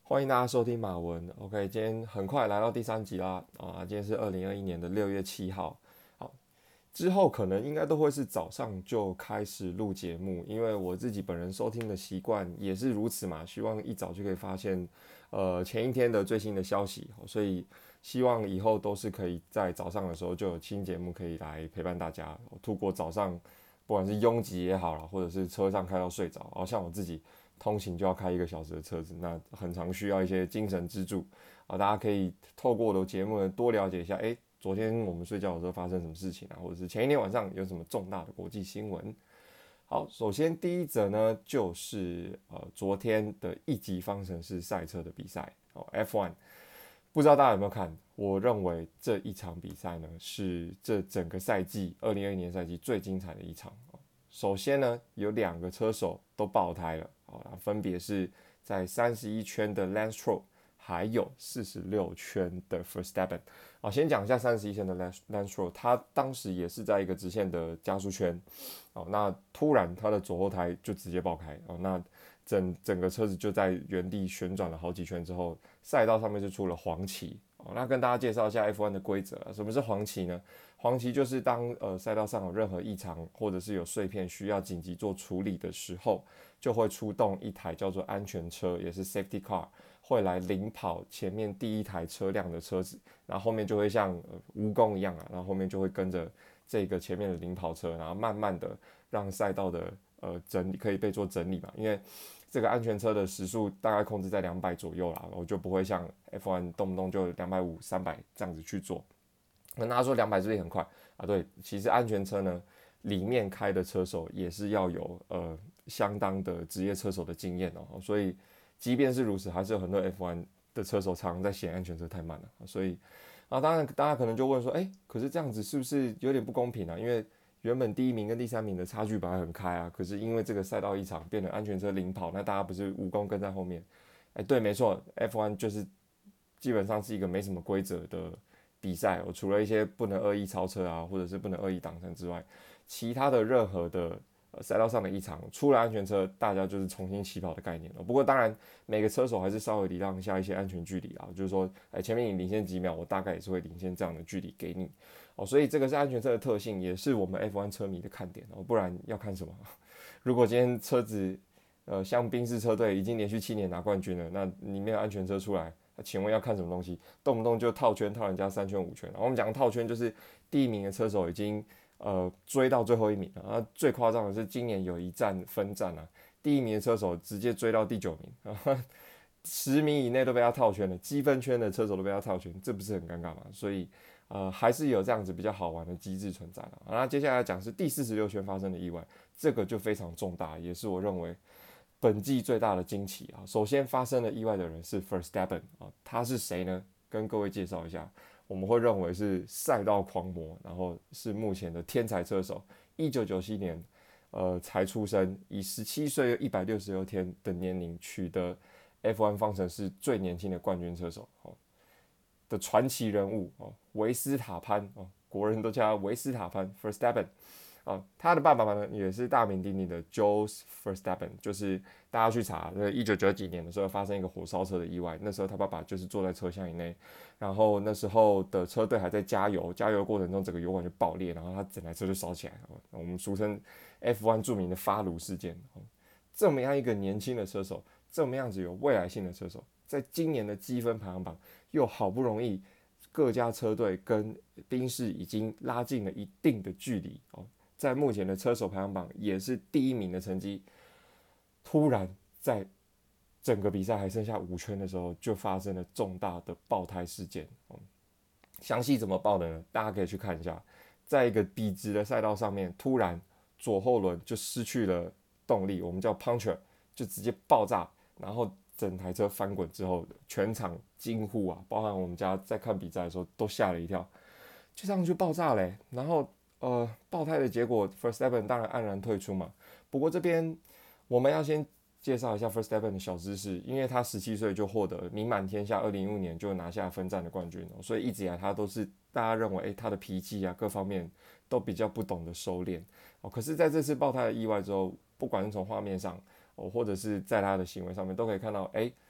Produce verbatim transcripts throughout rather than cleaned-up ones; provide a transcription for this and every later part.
欢迎大家收听马文。OK，今天很快来到第三集啦。啊，今天是二零二一年的六月七号。好，之后可能应该都会是早上就开始录节目，因为我自己本人收听的习惯也是如此嘛。希望一早就可以发现，呃，前一天的最新的消息，所以希望以后都是可以在早上的时候就有新节目可以来陪伴大家，度过早上，不管是拥挤也好啦，或者是车上开到睡着。好像我自己通勤就要开一个小时的车子，那很常需要一些精神支柱啊。大家可以透过我的节目呢多了解一下，哎，昨天我们睡觉的时候发生什么事情啊，或者是前一天晚上有什么重大的国际新闻。好，首先第一则呢，就是呃昨天的一级方程式赛车的比赛哦，F 一，不知道大家有没有看？我认为这一场比赛呢，是这整个赛季二零二一年赛季最精彩的一场。首先呢，有两个车手都爆胎了，分别是在三十一圈的 Lance Stroll，还有四十六圈的 Verstappen。啊，先讲一下三十一圈的 Lance Stroll，他当时也是在一个直线的加速圈，哦，那突然他的左后胎就直接爆开，哦，那整整个车子就在原地旋转了好几圈之后，赛道上面就出了黄旗。哦，那跟大家介绍一下 F 一 的规则，什么是黄旗呢？黄旗就是当呃赛道上有任何异常或者是有碎片需要紧急做处理的时候，就会出动一台叫做安全车，也是 safety car，会来领跑前面第一台车辆的车子，然后后面就会像、呃、蜈蚣一样啊，然后后面就会跟着这个前面的领跑车，然后慢慢的让赛道的呃整理可以被做整理嘛，因为这个安全车的时速大概控制在两百左右啦，我就不会像 F 一 动不动就两百五、三百这样子去做。那大家说两百是不是很快啊？对，其实安全车呢，里面开的车手也是要有呃相当的职业车手的经验哦，所以即便是如此，还是有很多 F 一 的车手常常在嫌安全车太慢了，所以啊，当然大家可能就问说，哎，可是这样子是不是有点不公平啊？因为原本第一名跟第三名的差距本来很开啊，可是因为这个赛道异常变成安全车领跑，那大家不是蜈蚣跟在后面？哎，对，没错，F 一 就是基本上是一个没什么规则的比赛，哦，除了一些不能恶意超车啊，或者是不能恶意挡车之外，其他的任何的呃赛道上的异常，出了安全车，大家就是重新起跑的概念了。不过当然，每个车手还是稍微礼让一下一些安全距离啊，就是说，哎，前面你领先几秒，我大概也是会领先这样的距离给你。哦，所以这个是安全车的特性，也是我们 F 一 车迷的看点哦，不然要看什么？如果今天车子呃，像宾士车队已经连续七年拿冠军了，那你没有安全车出来，那请问要看什么东西？动不动就套圈套人家三圈五圈。然后我们讲套圈就是第一名的车手已经呃追到最后一名了。然后最夸张的是今年有一站分站啊，第一名的车手直接追到第九名，十名以内都被他套圈了，积分圈的车手都被他套圈，这不是很尴尬吗？所以呃还是有这样子比较好玩的机制存在了。那接下来讲是第四十六圈发生的意外，这个就非常重大，也是我认为本季最大的惊奇啊！首先发生了意外的人是 Verstappen 啊，他是谁呢？跟各位介绍一下，我们会认为是赛道狂魔，然后是目前的天才车手，一九九七年呃才出生，以十七岁又一百六十六天的年龄取得 F 一 方程式最年轻的冠军车手哦的传奇人物哦，维斯塔潘哦，国人都叫他维斯塔潘 Verstappen。啊，他的爸爸呢也是大名鼎鼎的 Jos Verstappen，就是大家去查，那一九九几年的时候发生一个火烧车的意外，那时候他爸爸就是坐在车厢以内，然后那时候的车队还在加油，加油的过程中整个油管就爆裂，然后他整台车就烧起来，我们俗称 F 一 著名的发炉事件。这么样一个年轻的车手，这么样子有未来性的车手，在今年的积分排行榜又好不容易各家车队跟宾士已经拉近了一定的距离哦。在目前的车手排行榜也是第一名的成绩，突然在整个比赛还剩下五圈的时候，就发生了重大的爆胎事件。详细怎么爆的呢？大家可以去看一下，在一个笔直的赛道上面，突然左后轮就失去了动力，我们叫 puncture，就直接爆炸，然后整台车翻滚之后，全场惊呼啊，包含我们家在看比赛的时候都吓了一跳，就这样就爆炸嘞、欸。然后呃，爆胎的结果 ，Verstappen 当然黯然退出嘛。不过这边我们要先介绍一下 Verstappen 的小知识，因为他十七岁就获得名满天下，二零一五年就拿下分站的冠军，所以一直以来他都是大家认为，哎，他的脾气啊各方面都比较不懂得收敛。哦，可是在这次爆胎的意外之后，不管是从画面上，哦，或者是在他的行为上面，都可以看到，哎，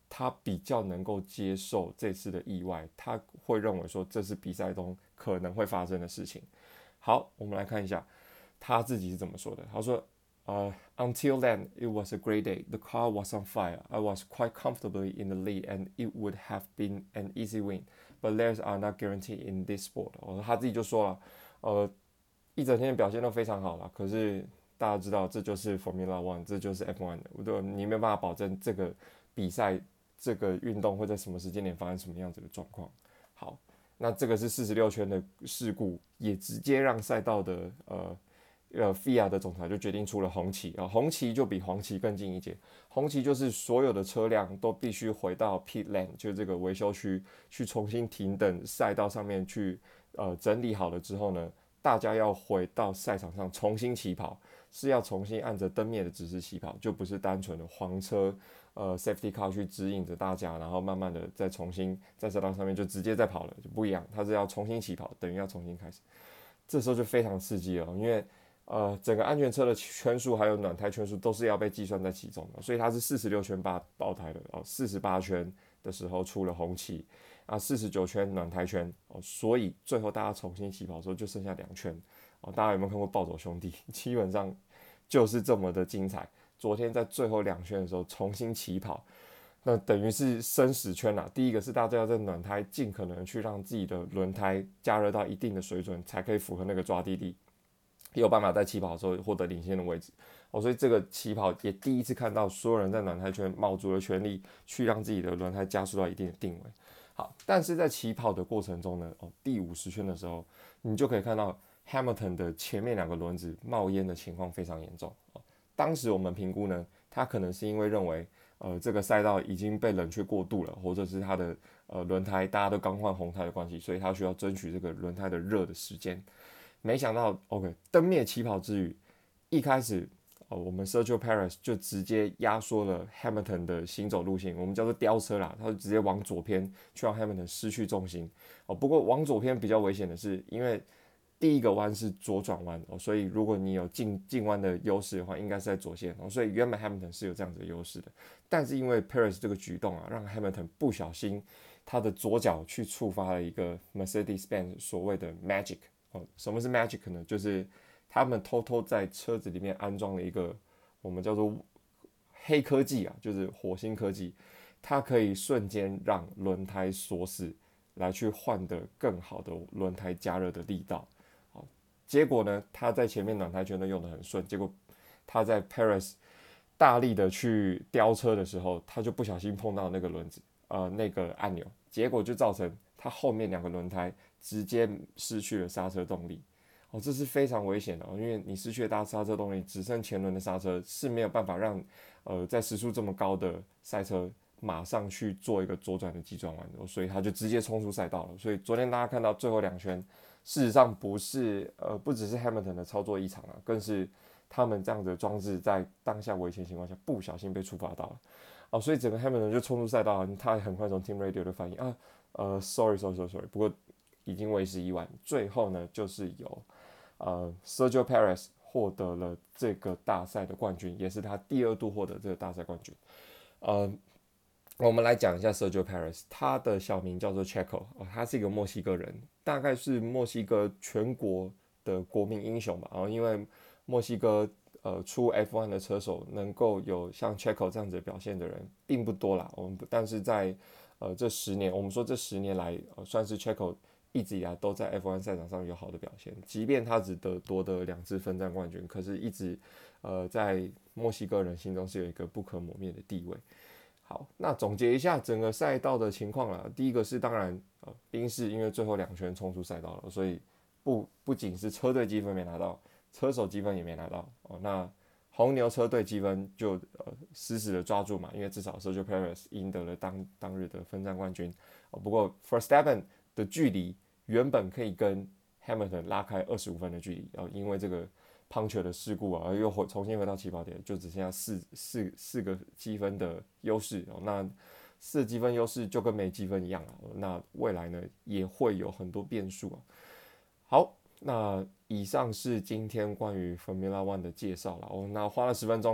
他比较能够接受这次的意外，他会认为说这是比赛中可能会发生的事情。好，我们来看一下他自己是怎么说的。他说Uh, until then, it was a great day. The car was on fire. I was quite comfortably in the lead, and it would have been an easy win. But leaders are not guaranteed in this sport. 哦，他自己就说了，呃，一整天的表现都非常好了，可是大家知道这就是 Formula One， 这就是 F 一 的，你没有办法保证这个比赛、这个运动会在什么时间点发生什么样子的状况。好，那这个是四十六圈的事故，也直接让赛道的呃。呃 F I A 的总裁就决定出了红旗啊，红旗就比黄旗更近一截，红旗就是所有的车辆都必须回到 pit lane， 就是这个维修区去重新停等赛道上面去呃整理好了之后呢，大家要回到赛场上重新起跑，是要重新按着灯灭的指示起跑，就不是单纯的黄车呃 safety car 去指引着大家，然后慢慢的再重新在赛道上面就直接再跑了，就不一样，它是要重新起跑，等于要重新开始，这时候就非常刺激了，因为呃，整个安全车的圈数还有暖胎圈数都是要被计算在其中的，所以它是四十六圈爆爆胎的哦，四十八圈的时候出了红旗啊，四十九圈暖胎圈哦，所以最后大家重新起跑的时候就剩下两圈哦，大家有没有看过暴走兄弟？基本上就是这么的精彩。昨天在最后两圈的时候重新起跑，那等于是生死圈啦。第一个是大家要在暖胎尽可能去让自己的轮胎加热到一定的水准，才可以符合那个抓地力。有办法在起跑的时候获得领先的位置哦，所以这个起跑也第一次看到所有人在暖胎圈卯足了全力去让自己的轮胎加速到一定的定位。好，但是在起跑的过程中呢，哦，第五十圈的时候，你就可以看到 Hamilton 的前面两个轮子冒烟的情况非常严重哦。当时我们评估呢，他可能是因为认为呃这个赛道已经被冷却过度了，或者是他的呃轮胎大家都刚换红胎的关系，所以他需要争取这个轮胎的热的时间。没想到 ，OK， 灯灭起跑之余，一开始，哦，我们 Sergio Perez 就直接压缩了 Hamilton 的行走路线，我们叫做吊车啦，他就直接往左偏，去让 Hamilton 失去重心。哦，不过往左偏比较危险的是，因为第一个弯是左转弯，哦，所以如果你有进进弯的优势的话，应该是在左线，哦，所以原本 Hamilton 是有这样子的优势的，但是因为 Perez 这个举动啊，让 Hamilton 不小心他的左脚去触发了一个 Mercedes-Benz 所谓的 Magic。哦，什么是 magic 呢？就是他们偷偷在车子里面安装了一个我们叫做黑科技啊，就是火星科技，它可以瞬间让轮胎锁死，来去换得更好的轮胎加热的力道。好，结果呢，他在前面暖胎圈都用得很顺，结果他在 Paris 大力的去飙车的时候，他就不小心碰到那个轮子，呃，那个按钮，结果就造成他后面两个轮胎直接失去了刹车动力，哦，这是非常危险的，哦，因为你失去了大刹车动力，只剩前轮的刹车是没有办法让，呃，在时速这么高的赛车马上去做一个左转的急转弯的，所以他就直接冲出赛道了。所以昨天大家看到最后两圈，事实上不是，呃，不只是 Hamilton 的操作异常啊，更是他们这样子的装置在当下危险情况下不小心被触发到了，哦，所以整个 Hamilton 就冲出赛道，他很快从 Team Radio 的反应啊。呃，sorry sorry sorry sorry，不过已经为时已晚。最后呢，就是由呃 Sergio Perez 获得了这个大赛的冠军，也是他第二度获得这个大赛冠军。呃，我们来讲一下 Sergio Perez， 他的小名叫做 Checo，哦，他是一个墨西哥人，大概是墨西哥全国的国民英雄吧。然后因为墨西哥呃出 F 一 的车手能够有像 Checo 这样子的表现的人并不多啦。我们但是在呃，这十年，我们说这十年来，呃，算是 Checo 一直以来都在 F 一 赛场上有好的表现。即便他只得夺得两次分站冠军，可是一直，呃，在墨西哥人心中是有一个不可磨灭的地位。好，那总结一下整个赛道的情况啦。第一个是当然，呃，宾士因为最后两圈冲出赛道了，所以不不仅是车队积分没拿到，车手积分也没拿到。哦，那红牛车队积分就呃死死的抓住嘛，因为至少 Sergio Perez 赢得了当当日的分站冠军。哦，不过 Verstappen 的距离原本可以跟 Hamilton 拉开二十五分的距离，哦，因为这个 puncture 的事故啊，又回重新回到起跑点，就只剩下四四四个积分的优势。哦，那四积分优势就跟没积分一样啊。哦，那未来呢也会有很多变数啊。好。那以上是今天关于 Formula One 的介绍了。哦，那花了十分钟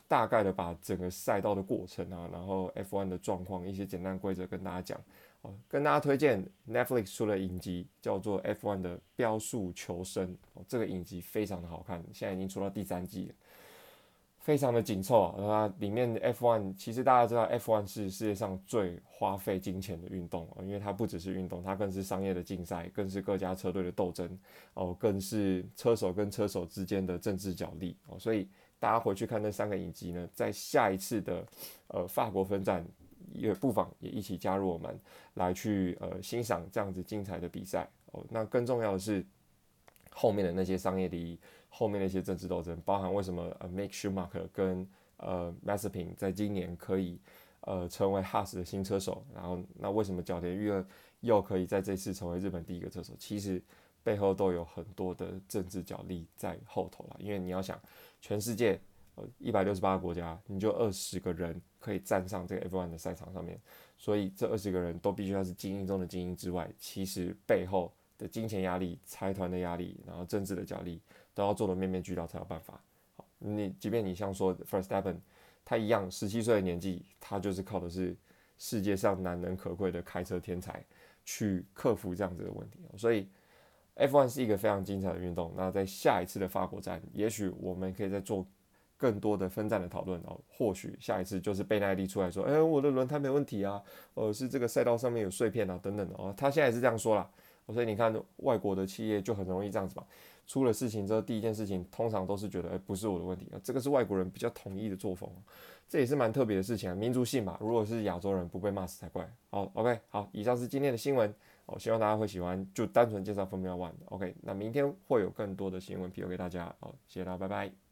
大概的把整个赛道的过程啊，然后 F 一 的状况，一些简单规则跟大家讲。哦，跟大家推荐 Netflix 出了影集，叫做 F 一 的标速求生。哦，这个影集非常的好看，现在已经出到第三季了。非常的紧凑啊，那里面 F 一 其实大家知道 F 一 是世界上最花费金钱的运动啊，因为它不只是运动，它更是商业的竞赛，更是各家车队的斗争哦，更是车手跟车手之间的政治角力哦，所以大家回去看那三个影集呢，在下一次的呃法国分站也不妨也一起加入我们来去呃欣赏这样子精彩的比赛哦。那更重要的是后面的那些商业利益。后面的一些政治斗争，包含为什么呃 Mick Schumacher 跟呃 Mazepin 在今年可以呃成为 Haas 的新车手，然后那为什么角田裕二又可以在这次成为日本第一个车手？其实背后都有很多的政治角力在后头啦，因为你要想全世界呃一百六十八个国家，你就二十个人可以站上这个 F 一 的赛场上面，所以这二十个人都必须要是精英中的精英之外，其实背后的金钱压力、财团的压力，然后政治的角力。都要做的面面俱到才有办法。好，你即便你像说 Verstappen， 他一样十七岁的年纪，他就是靠的是世界上难能可贵的开车天才去克服这样子的问题。所以 F 一 是一个非常精彩的运动。那在下一次的法国站，也许我们可以再做更多的分站的讨论哦。或许下一次就是贝奈利出来说，哎、欸，我的轮胎没问题啊，呃，是这个赛道上面有碎片啊，等等的哦。他现在也是这样说啦。所以你看，外国的企业就很容易这样子嘛。出了事情之后，第一件事情通常都是觉得，哎、欸，不是我的问题啊，这个是外国人比较统一的作风，这也是蛮特别的事情啊，民族性嘛。如果是亚洲人，不被骂死才怪。好 ，OK， 好，以上是今天的新闻，哦，希望大家会喜欢，就单纯介绍 Formula One。OK， 那明天会有更多的新闻披露给大家，好，谢谢大家，拜拜。